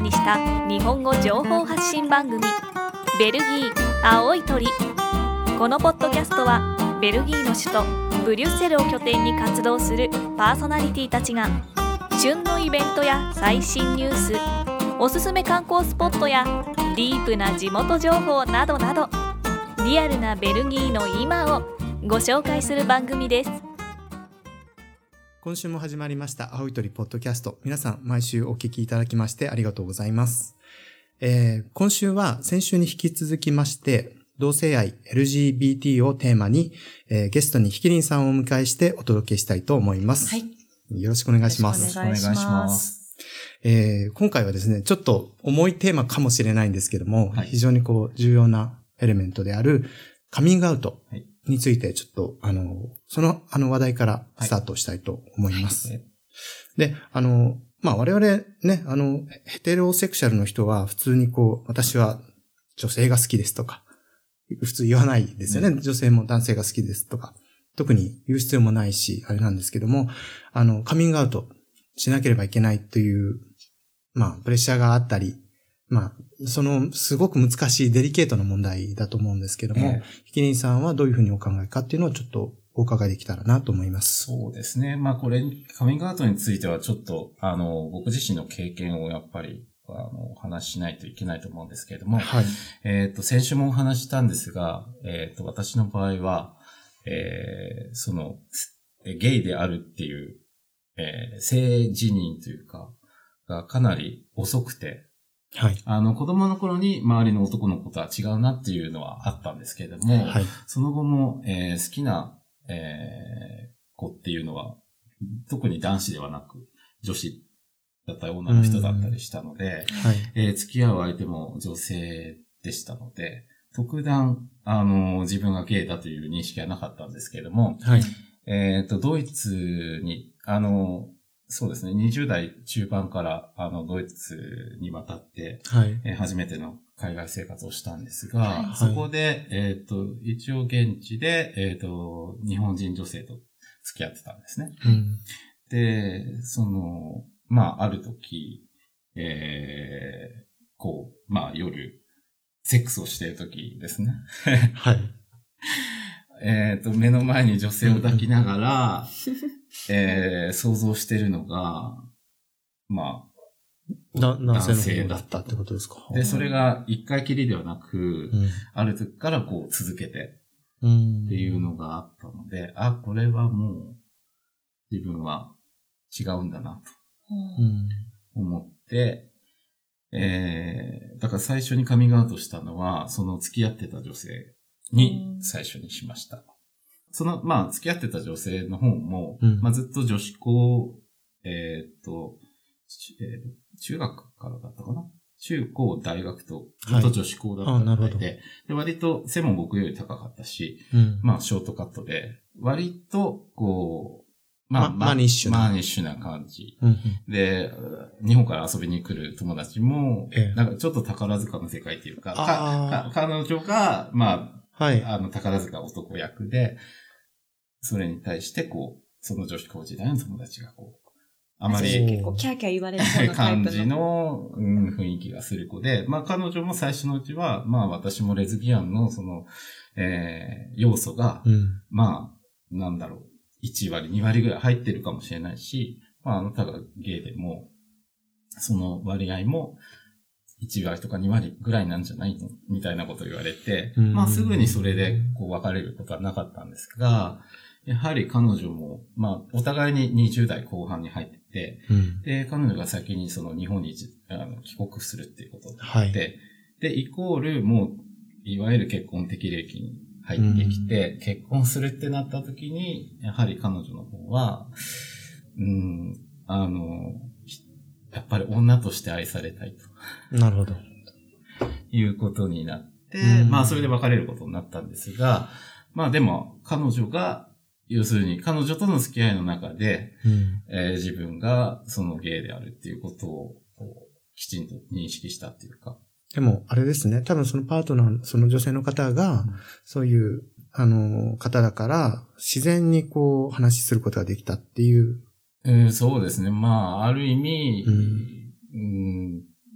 にした日本語情報発信番組ベルギー青い鳥。このポッドキャストはベルギーの首都ブリュッセルを拠点に活動するパーソナリティたちが旬のイベントや最新ニュース、おすすめ観光スポットやディープな地元情報などなど、リアルなベルギーの今をご紹介する番組です。 今週も始まりました青い鳥ポッドキャスト。皆さん毎週お聞きいただきましてありがとうございます。今週は先週に引き続きまして同性愛 LGBT をテーマに、ゲストにひきりんさんをお迎えしてお届けしたいと思います。はい。よろしくお願いします。 よろしくお願いします。 今回はですね、ちょっと重いテーマかもしれないんですけども、はい、非常に重要なエレメントであるカミングアウトについてちょっとその話題からスタートしたいと思います。はい、で、我々ね、ヘテロセクシャルの人は普通に私は女性が好きですとか、普通言わないですよね。女性も男性が好きですとか、特に言う必要もないし、あれなんですけども、カミングアウトしなければいけないという、プレッシャーがあったり、すごく難しいデリケートな問題だと思うんですけども、ひきりんさんはどういうふうにお考えかっていうのをちょっとお伺いできたらなと思います。 そうですね。これ、カミングアウトについてはちょっと、僕自身の経験をやっぱり、お話ししないといけないと思うんですけれども、はい。先週もお話したんですが、私の場合は、ゲイであるっていう、性自認というか、がかなり遅くて、はい。子供の頃に周りの男の子とは違うなっていうのはあったんですけれども、はい。その後も、好きな、子っていうのは、特に男子ではなく、女子だったり女の人だったりしたので、はい。付き合う相手も女性でしたので、特段、自分がゲイだという認識はなかったんですけれども、はい。ドイツに、そうですね、20代中盤から、ドイツに渡って、はい。初めての海外生活をしたんですが、はい、そこで、一応現地で、日本人女性と付き合ってたんですね。うん、で、ある時、夜、セックスをしている時ですね。はい。目の前に女性を抱きながら、想像してるのが、 男性だったってことですか。 で、それが一回きりではなく、ある時から続けて、っていうのがあったので、これはもう、自分は違うんだな、と思って、だから最初にカミングアウトしたのは、その付き合ってた女性に最初にしました。付き合ってた女性の方も、ずっと女子校、中学からだったかな、中高大学とずっと女子校だったので、で、割と背も僕より高かったし、ショートカットで、割と、マニッシュな感じ。で、日本から遊びに来る友達も、なんかちょっと宝塚の世界っていうか、彼女が、はい。宝塚男役で、それに対して、その女子高時代の友達が、あまり、 結構キャーキャー言われるようなタイプの感じの、雰囲気がする子で、彼女も最初のうちは、私もレズビアンの、要素が、1割、2割ぐらい入ってるかもしれないし、あなたがゲイでも、その割合も、1割とか2割ぐらいなんじゃないのみたいなことを言われて、すぐにそれで別れることはなかったんですが、やはり彼女も、お互いに20代後半に入ってて、で、彼女が先にその日本に帰国するっていうことで、はい、で、イコールもう、いわゆる結婚適齢期に入ってきて、結婚するってなった時に、やはり彼女の方は、やっぱり女として愛されたいと。 なるほど。 いうことになって、それで別れることになったんですが、でも、要するに彼女との付き合いの中で、自分がそのゲイであるっていうことをきちんと認識したっていうか。 でも、あれですね。多分そのパートナー、その女性の方が、そういう、方だから、自然に話することができたっていう。 そうですね。ある意味、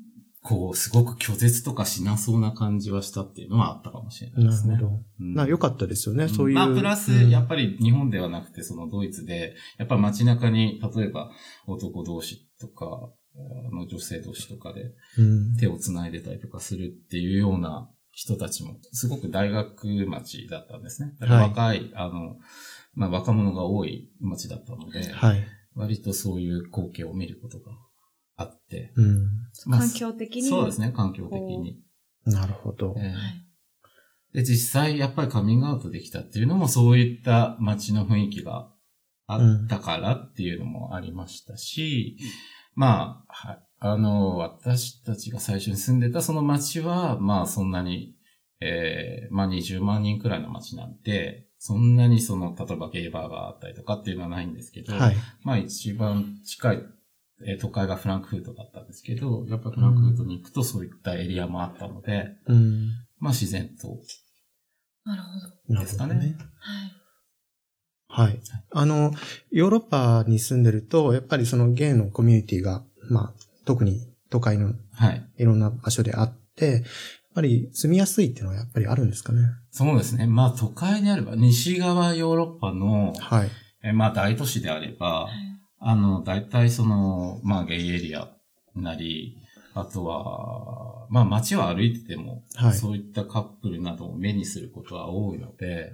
こう、すごく拒絶とかしなそうな感じはしたっていうのはあったかもしれないですね。 なるほど。良かったですよね、そういう。 まあ、プラス、やっぱり日本ではなくて、そのドイツで、やっぱり街中に、例えば男同士とか、女性同士とかで手を繋いでたりとかするっていうような人たちも、すごく大学町だったんですね。だから若い、まあ若者が多い町だったので、割とそういう光景を見ることがあって、 環境的に。 そうですね、環境的に。 なるほど。 で、実際やっぱりカミングアウトできたっていうのもそういった街の雰囲気があったからっていうのもありましたし、まあ、私たちが最初に住んでたその街は、まあそんなに、まあ20万人くらいの街なんで、そんなに例えばゲイバーがあったりとかっていうのはないんですけど、まあ一番近い、都会がフランクフルトだったんですけど、やっぱフランクフルトに行くとそういったエリアもあったので、まあ自然と。 なるほど。 ですかね。 はい。ヨーロッパに住んでると、やっぱりそのゲイのコミュニティが、まあ、特に都会のいろんな場所であって、やっぱり住みやすいっていうのはやっぱりあるんですかね。 そうですね。まあ都会であれば、西側ヨーロッパの、まあ大都市であれば、大体まあゲイエリアなり、あとは、まあ街を歩いてても、そういったカップルなどを目にすることは多いので、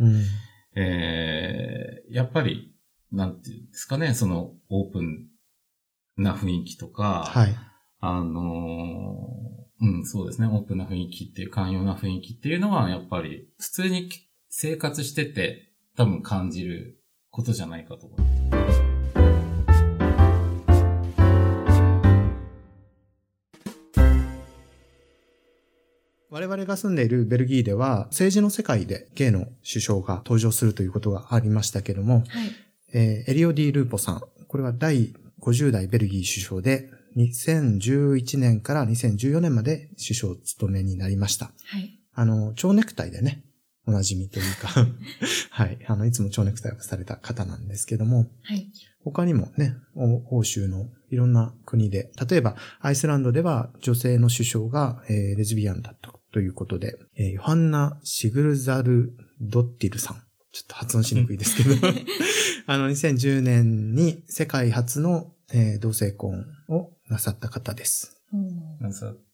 やっぱり、なんていうんですかね、オープンな雰囲気とか、そうですね、オープンな雰囲気っていう、寛容な雰囲気っていうのは、やっぱり、普通に生活してて、多分感じることじゃないかと思います。 我々が住んでいるベルギーでは、政治の世界でゲイの首相が登場するということがありましたけども、エリオ・ディ・ルーポさん、これは第50代ベルギー首相で、2011年から2014年まで首相務めになりました。蝶ネクタイでね、おなじみというか、いつも蝶ネクタイをされた方なんですけども、他にもね、欧州のいろんな国で、例えばアイスランドでは女性の首相が、レズビアンだったということで、ヨハンナ・シグルザル・ドッティルさん。ちょっと発音しにくいですけど、2010年に世界初の、同性婚をなさった方です。 なさった、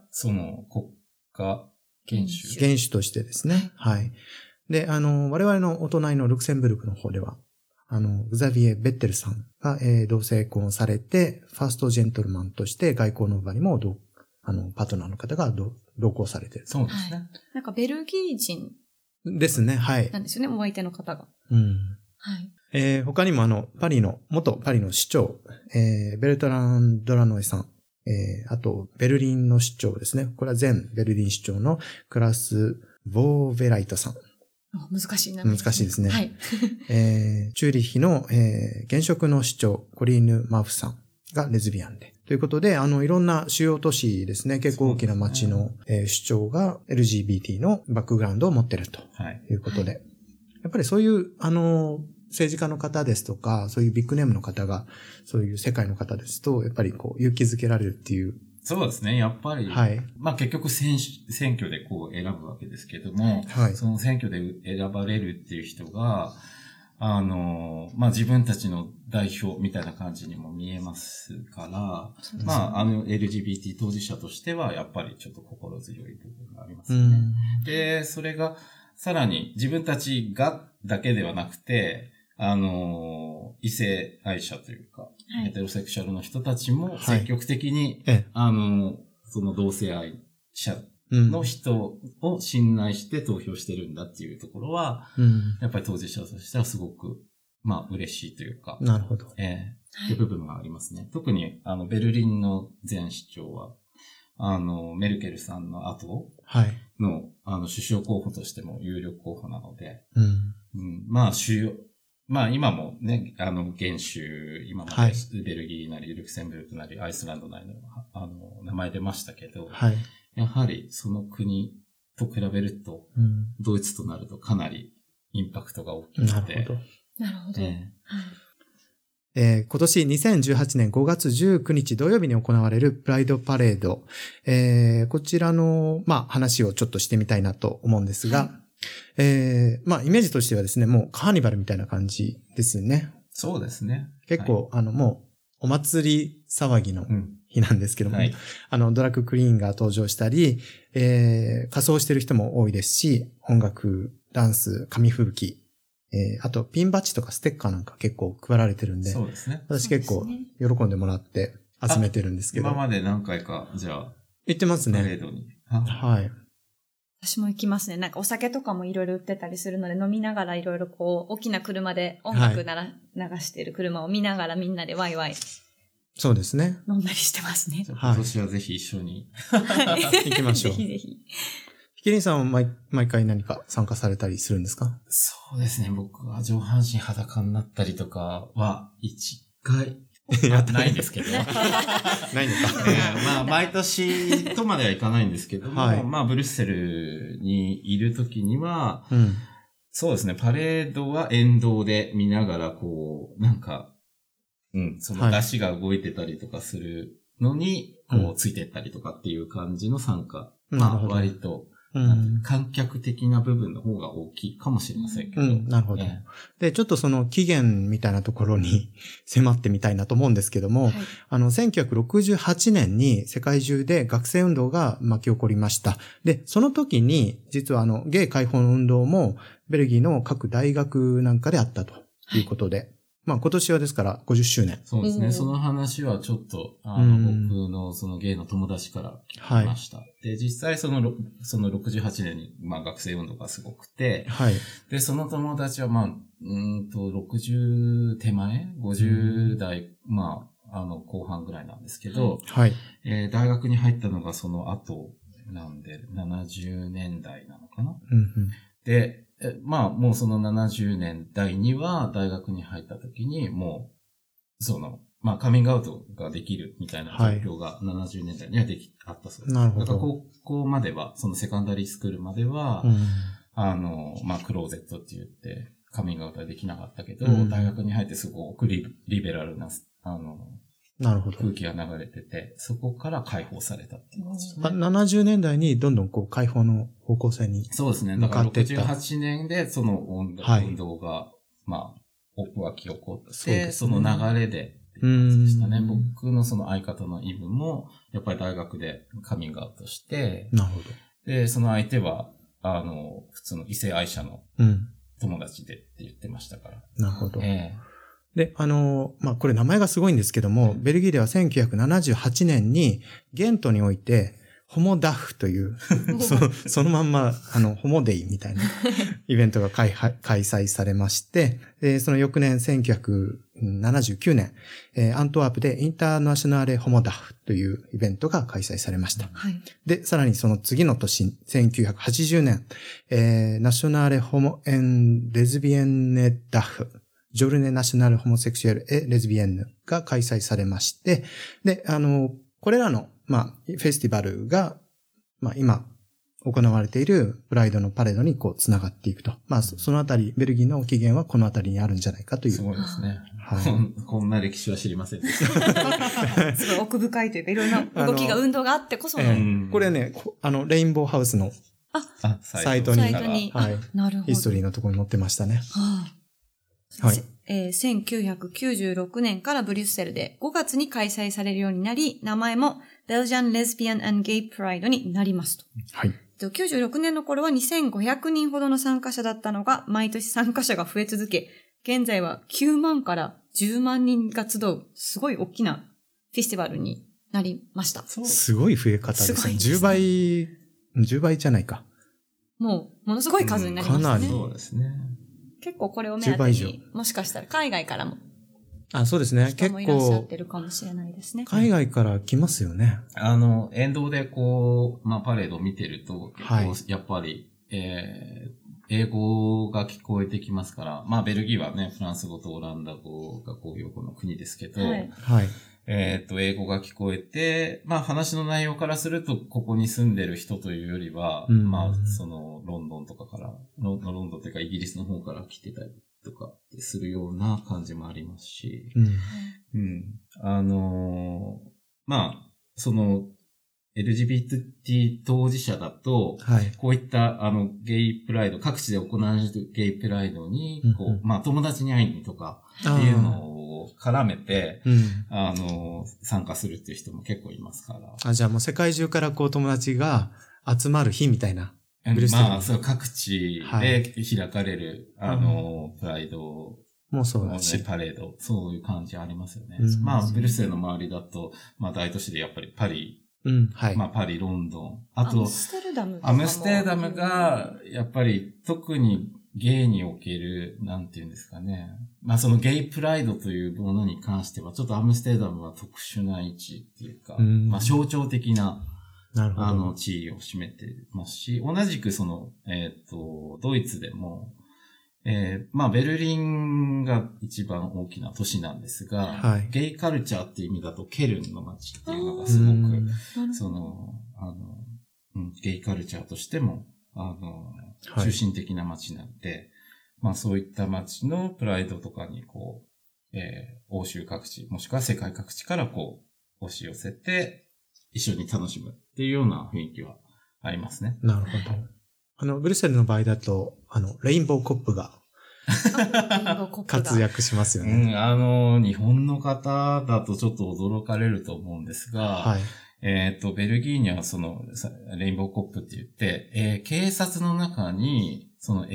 国家元首。 元首としてですね。で、我々のお隣のルクセンブルクの方では、グザビエ・ベッテルさんが、同性婚をされて、ファーストジェントルマンとして外交の場にもパートナーの方が同行されている。 そうですね。 なんかベルギー人ですね、 なんですよね、お相手の方が。 他にも元パリの市長、ベルトラン・ドラノエさん、あと、ベルリンの市長ですね。これは前ベルリン市長のクラス・ボーベライトさん。 難しいな。 難しいですね。チューリッヒの、現職の市長、コリーヌ・マーフさんがレズビアンで。ということで、いろんな主要都市ですね、結構大きな街の、市長が LGBT のバックグラウンドを持っているということで。やっぱりそういう、政治家の方ですとか、そういうビッグネームの方が、そういう世界の方ですと、やっぱり勇気づけられるっていう。 そうですね。やっぱり、まあ結局選挙で選ぶわけですけども、その選挙で選ばれるっていう人が、まあ自分たちの代表みたいな感じにも見えますから、まあLGBT 当事者としてはやっぱりちょっと心強い部分がありますよね。で、それがさらに自分たちがだけではなくて、異性愛者というか、ヘテロセクシャルの人たちも積極的に、その同性愛者の人を信頼して投票してるんだっていうところは、やっぱり当事者としてはすごく、まあ嬉しいというか。 なるほど。 っていう部分がありますね。特に、ベルリンの前市長は、メルケルさんの後の、首相候補としても有力候補なので、まあ今もね、現首、今までベルギーなり、ルクセンブルクなり、アイスランドなりの、名前出ましたけど、やはりその国と比べると、ドイツとなるとかなりインパクトが大きくて。 なるほど。 今年2018年5月19日土曜日に行われるプライドパレード、こちらの、話をちょっとしてみたいなと思うんですが、イメージとしてはですね、もうカーニバルみたいな感じですね。 そうですね。 結構、もう、お祭り騒ぎの日なんですけども、ドラッグクイーンが登場したり、仮装してる人も多いですし、音楽、ダンス、紙吹雪、あとピンバッジとかステッカーなんか結構配られてるんで、 そうですね。 私結構喜んでもらって集めてるんですけど。 今まで何回か、じゃあ。 行ってますね。 パレードに。 はい。 私も行きますね。なんかお酒とかもいろいろ売ってたりするので、飲みながらいろいろこう、大きな車で音楽流してる車を見ながらみんなでワイワイ。 そうですね。 飲んだりしてますね。 今年はぜひ一緒に。 行きましょう。 ぜひぜひ。 ひきりんさんは毎回何か参加されたりするんですか？ そうですね。僕は上半身裸になったりとかは、一回、ないんですけど。 ないのか。 毎年とまではいかないんですけども、ブリュッセルにいるときには、そうですね、パレードは沿道で見ながら、こう、なんか、その出汁が動いてたりとかするのに、こう、ついてったりとかっていう感じの参加。割と、観客的な部分の方が大きいかもしれませんけど。 なるほど。で、ちょっとその起源みたいなところに迫ってみたいなと思うんですけども、1968年に世界中で学生運動が巻き起こりました。で、その時に、実はゲイ解放の運動もベルギーの各大学なんかであったということで、今年はですから50周年。 そうですね。その話はちょっと、僕のそのゲイの友達から聞きました。で、実際その68年に、学生運動がすごくて、で、その友達は60手前 ?50 代、後半ぐらいなんですけど、大学に入ったのがその後なんで、70年代なのかな、で、もうその70年代には大学に入った時にもう、カミングアウトができるみたいな状況が70年代にはあったそうです。 なるほど。 だから高校までは、そのセカンダリースクールまでは、クローゼットって言ってカミングアウトはできなかったけど、大学に入ってすごくリベラルな、 なるほど。 空気が流れてて、そこから解放されたっていう感じですね。 70年代にどんどんこう解放の方向性にそうですね。だから68年でその運動が、湧き起こって、その流れでっていう感じでしたね。僕のその相方のイブも、やっぱり大学でカミングアウトして、 なるほど。 で、その相手は、普通の異性愛者の友達でって言ってましたから。 なるほど。で、これ名前がすごいんですけども、ベルギーでは1978年に、ゲントにおいて、ホモダフという、そのまんま、ホモデイみたいなイベントが開催されまして、その翌年1979年、アントワープでインターナショナレホモダフというイベントが開催されました。で、さらにその次の年、1980年、ナショナレホモエンレズビエンネダフ、ジョルネナショナルホモセクシュアルエレズビエンヌが開催されまして、で、これらの、フェスティバルが、今、行われているプライドのパレードにこう、繋がっていくと。そのあたり、ベルギーの起源はこのあたりにあるんじゃないかという。 すごいですね。こんな歴史は知りませんでした。 すごい奥深いというか、いろんな動きが、運動があってこその。 これね、レインボーハウスのサイトに、 なるほど。 ヒストリーのところに載ってましたね。 1996年からブリュッセルで5月に開催されるようになり、名前もベルジャン・レズビアン・アン・ゲイ・プライドになりますと。96年の頃は2500人ほどの参加者だったのが、毎年参加者が増え続け、現在は9万から10万人が集う、すごい大きなフェスティバルになりました。 すごい増え方ですね。10倍じゃないか。 ものすごい数になりましたね。 そうですね。 結構これを目当てに、もしかしたら海外からも。 そうですね。 人もいらっしゃってるかもしれないですね。 海外から来ますよね。 沿道でこう、パレードを見てると、やっぱり、英語が聞こえてきますから、ベルギーはね、フランス語とオランダ語が公用語の国ですけど、英語が聞こえて、話の内容からすると、ここに住んでる人というよりは、その、ロンドンとかから、ロンドンというかイギリスの方から来てたりとかでするような感じもありますし、まあ、その、LGBT 当事者だと、こういったゲイプライド、各地で行われるゲイプライドに、まあ友達に会いにとかっていうのを絡めて、参加するっていう人も結構いますから。 じゃあもう世界中からこう友達が集まる日みたいな。 まあ、そう各地で開かれる、プライドもうそうだし、 パレード、そういう感じありますよね。まあ、ブリュッセルの周りだと、まあ大都市でやっぱりパリ、まあパリ、ロンドン、あと、アムステルダムが、やっぱり特にゲイにおける、なんていうんですかね。まあそのゲイプライドというものに関しては、ちょっとアムステルダムは特殊な位置っていうか、まあ象徴的な、地位を占めてますし、同じくその、ドイツでも、まあ、ベルリンが一番大きな都市なんですが、ゲイカルチャーっていう意味だとケルンの街っていうのがすごく、その、ゲイカルチャーとしても、中心的な街なんで、まあ、そういった街のプライドとかにこう、欧州各地、もしくは世界各地からこう、押し寄せて、一緒に楽しむっていうような雰囲気はありますね。 なるほど。ブリュッセルの場合だと、レインボーコップが活躍しますよね。 日本の方だとちょっと驚かれると思うんですが、ベルギーにはその、レインボーコップって言って、警察の中に、その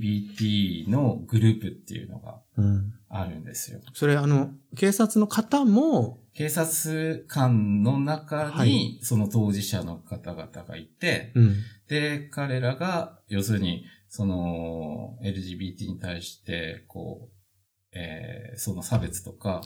LGBT のグループっていうのがあるんですよ。 それ警察の方も、 警察官の中に、その当事者の方々がいて、で、彼らが、要するに、その、LGBT に対して、こう、その差別とか、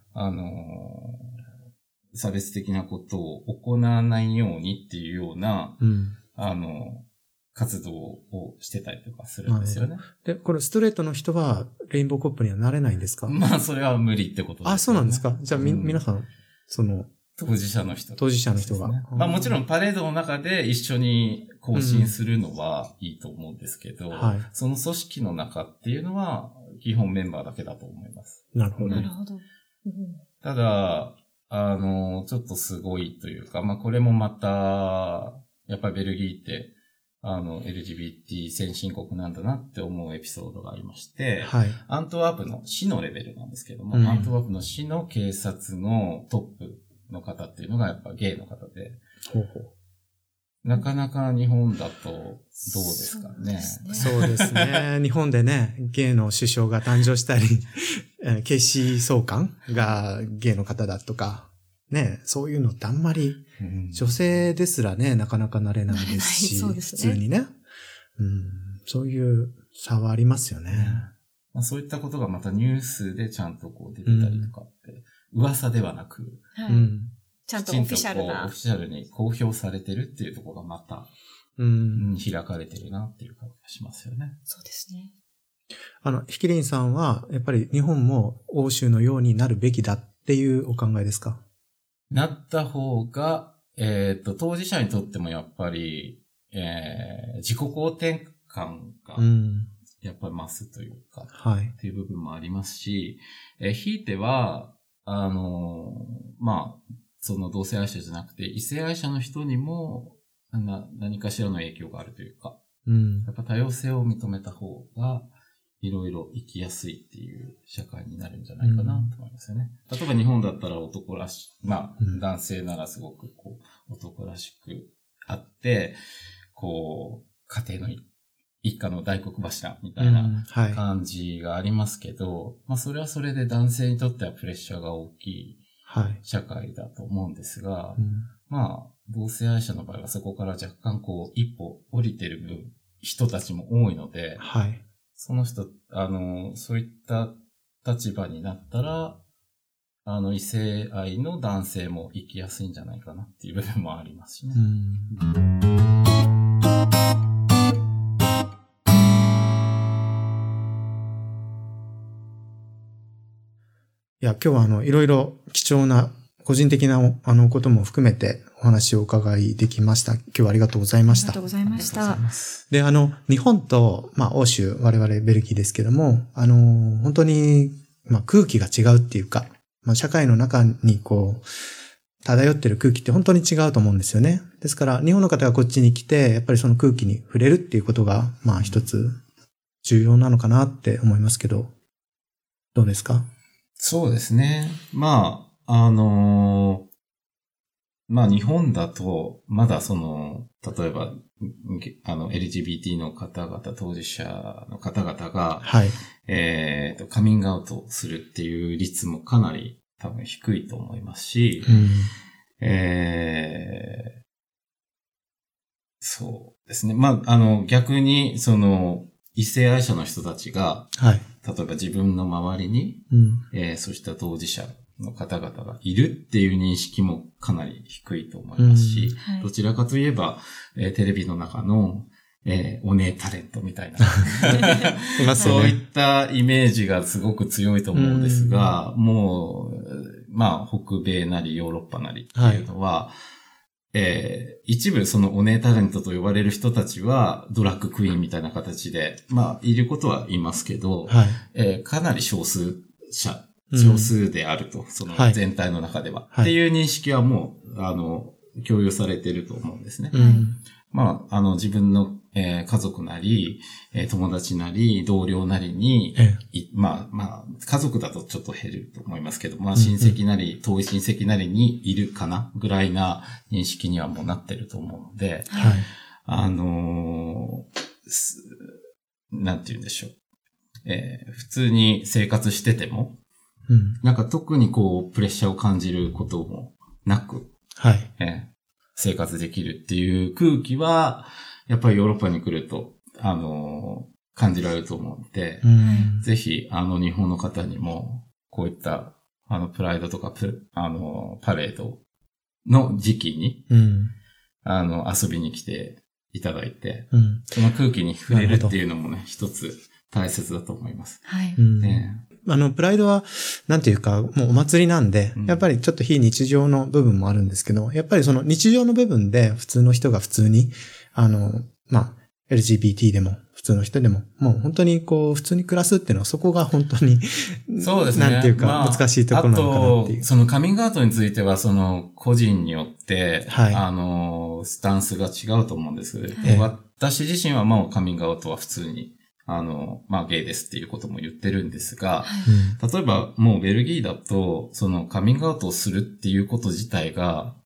差別的なことを行わないようにっていうような、活動をしてたりとかするんですよね。 で、これストレートの人はレインボーコップにはなれないんですか？ まあ、それは無理ってことですね。 そうなんですか？じゃあ皆さん、その、 当事者の人が。 まあもちろんパレードの中で一緒に行進するのはいいと思うんですけど、その組織の中っていうのは基本メンバーだけだと思います。 なるほど。 ただ、ちょっとすごいというか、まあこれもまた、やっぱりベルギーって、LGBT 先進国なんだなって思うエピソードがありまして、アントワープの市のレベルなんですけども、アントワープの市の警察のトップの方っていうのがやっぱゲイの方で、なかなか日本だとどうですかね。 そうですね。日本でね、ゲイの首相が誕生したり、警視総監がゲイの方だとか、ね、そういうのってあんまり、女性ですらね、なかなかなれないですし、普通にね、そういう差はありますよね。 まあ、そういったことがまたニュースでちゃんとこう出てたりとかって、噂ではなく、 ちゃんとオフィシャルな。 オフィシャルに公表されてるっていうところがまた、開かれてるなっていう感じがしますよね。 そうですね。 ヒキリンさんは、やっぱり日本も欧州のようになるべきだっていうお考えですか？ なった方が、当事者にとってもやっぱり、自己肯定感が、やっぱり増すというか、っていう部分もありますし、ひいては、まあ、その同性愛者じゃなくて、異性愛者の人にも、何かしらの影響があるというか、やっぱ多様性を認めた方が、いろいろ生きやすいっていう社会になるんじゃないかなと思いますよね。例えば日本だったら男らし、まあ、男性ならすごくこう、男らしくあって、こう、家庭の一家の大黒柱みたいな感じがありますけど、まあそれはそれで男性にとってはプレッシャーが大きい社会だと思うんですが、まあ、同性愛者の場合はそこから若干こう、一歩降りてる分、人たちも多いので、その人、そういった立場になったら、異性愛の男性も生きやすいんじゃないかなっていう部分もありますしね。 いや、今日はいろいろ貴重な個人的なことも含めてお話をお伺いできました。今日はありがとうございました。 ありがとうございました。 で、日本と、欧州、我々ベルギーですけども、本当に、空気が違うっていうか、社会の中に漂ってる空気って本当に違うと思うんですよね。ですから、日本の方がこっちに来て、やっぱりその空気に触れるっていうことが、一つ重要なのかなって思いますけど、どうですか？ そうですね。日本だと、まだ例えば、LGBT の方々、当事者の方々が、 はい。 カミングアウトするっていう率もかなり多分低いと思いますし、そうですね。逆に、異性愛者の人たちが、 はい。 例えば自分の周りに、そうした当事者の方々がいるっていう認識もかなり低いと思いますし、どちらかといえば、テレビの中の、お姉タレントみたいな、そういったイメージがすごく強いと思うんですが、もう、北米なりヨーロッパなりっていうのは、一部そのお姉タレントと呼ばれる人たちはドラッグクイーンみたいな形で、いることはいますけど、かなり少数であると、その全体の中では、っていう認識はもう、共有されていると思うんですね。自分の、家族なり、友達なり、同僚なりに、家族だとちょっと減ると思いますけど、親戚なり、遠い親戚なりにいるかな、ぐらいな認識にはもうなってると思うので、なんて言うんでしょう。普通に生活してても、特にプレッシャーを感じることもなく、生活できるっていう空気は、やっぱりヨーロッパに来ると、感じられると思うので、ぜひ、日本の方にも、こういった、プライドとかパレードの時期に、遊びに来ていただいて、その空気に触れるっていうのもね、一つ大切だと思います。 はい。 プライドは、なんていうか、もうお祭りなんで、やっぱりちょっと非日常の部分もあるんですけど、やっぱりその日常の部分で普通の人が普通に、LGBT でも、普通の人でも、もう本当に普通に暮らすっていうのはそこが本当に、 そうですね。 なんていうか、難しいところなのかなっていう。 あと、そのカミングアウトについては、個人によって、スタンスが違うと思うんです。私自身はもうカミングアウトは普通に、ゲイですっていうことも言ってるんですが、例えばもうベルギーだと、カミングアウトをするっていうこと自体が、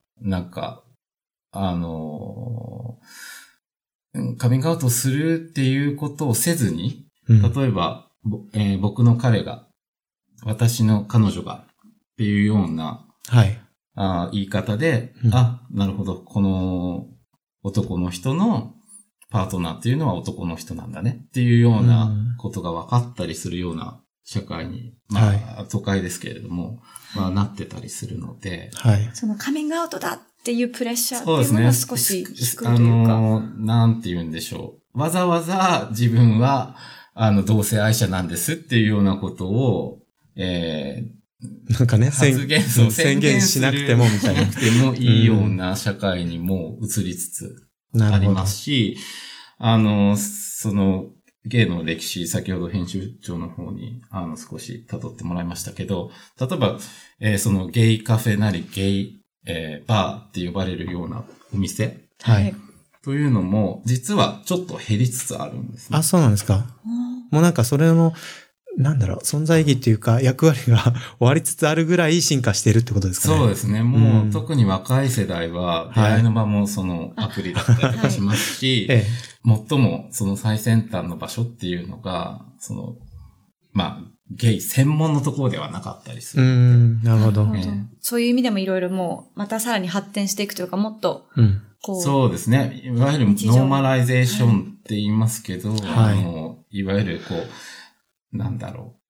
カミングアウトするっていうことをせずに、例えば、僕の彼が、私の彼女がっていうような、言い方で、なるほど、この男の人のパートナーっていうのは男の人なんだねっていうようなことが分かったりするような社会に、都会ですけれども、なってたりするので、 そのカミングアウトだっていうプレッシャーっていうのが少し低いというか。 なんて言うんでしょう。わざわざ自分は、同性愛者なんですっていうようなことを、 なんかね、 宣言しなくてもみたいな。 しなくてもいいような社会にも移りつつありますし、ゲイの歴史、先ほど編集長の方に、少し辿ってもらいましたけど、例えば、ゲイカフェなりゲイ、バーって呼ばれるようなお店。というのも、実はちょっと減りつつあるんですね。 そうなんですか。もうそれの、存在意義っていうか、役割が終わりつつあるぐらい進化しているってことですかね。 そうですね。もう、特に若い世代は、出会いの場もアプリだったりとかしますし、最も最先端の場所っていうのが、ゲイ専門のところではなかったりする。 なるほど。 そういう意味でもいろいるもう、またさらに発展していくというか、もっと、 そうですね。いわゆるノーマライゼーションって言いますけど、いわゆる染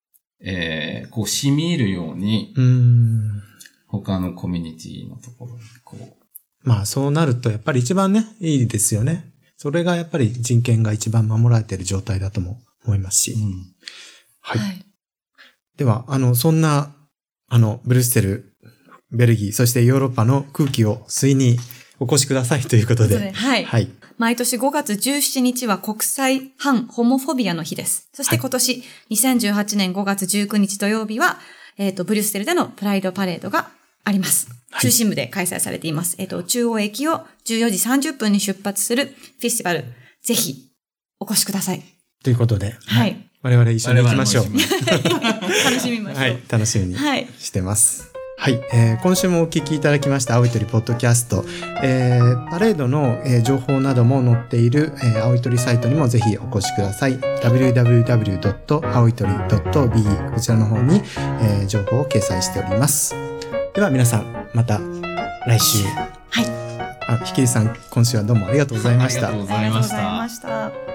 み入るように、他のコミュニティのところにそうなるとやっぱり一番ね、いいですよね。それがやっぱり人権が一番守られている状態だとも思いますし。はい。では、そんな、ブリュッセルベルギー、そしてヨーロッパの空気を吸いにお越しくださいということで。 はい。 はい。 毎年5月17日は国際反ホモフォビアの日です。そして今年、2018年5月19日土曜日は、ブリュッセルでのプライドパレードがあります。中心部で開催されています。中央駅を14時30分に出発するフェスティバル、ぜひお越しください。 ということで。 はい。 我々一緒に行きましょう。 楽しみましょう。 はい、楽しみにしてます。はい、今週もお聞きいただきました青い鳥ポッドキャスト、パレードの、情報なども載っている、青い鳥サイトにもぜひお越しください。www. 青い鳥 .be こちらの方に、情報を掲載しております。では皆さんまた来週。 はい。 ひきりさん今週はどうもありがとうございました。 ありがとうございました。 ありがとうございました。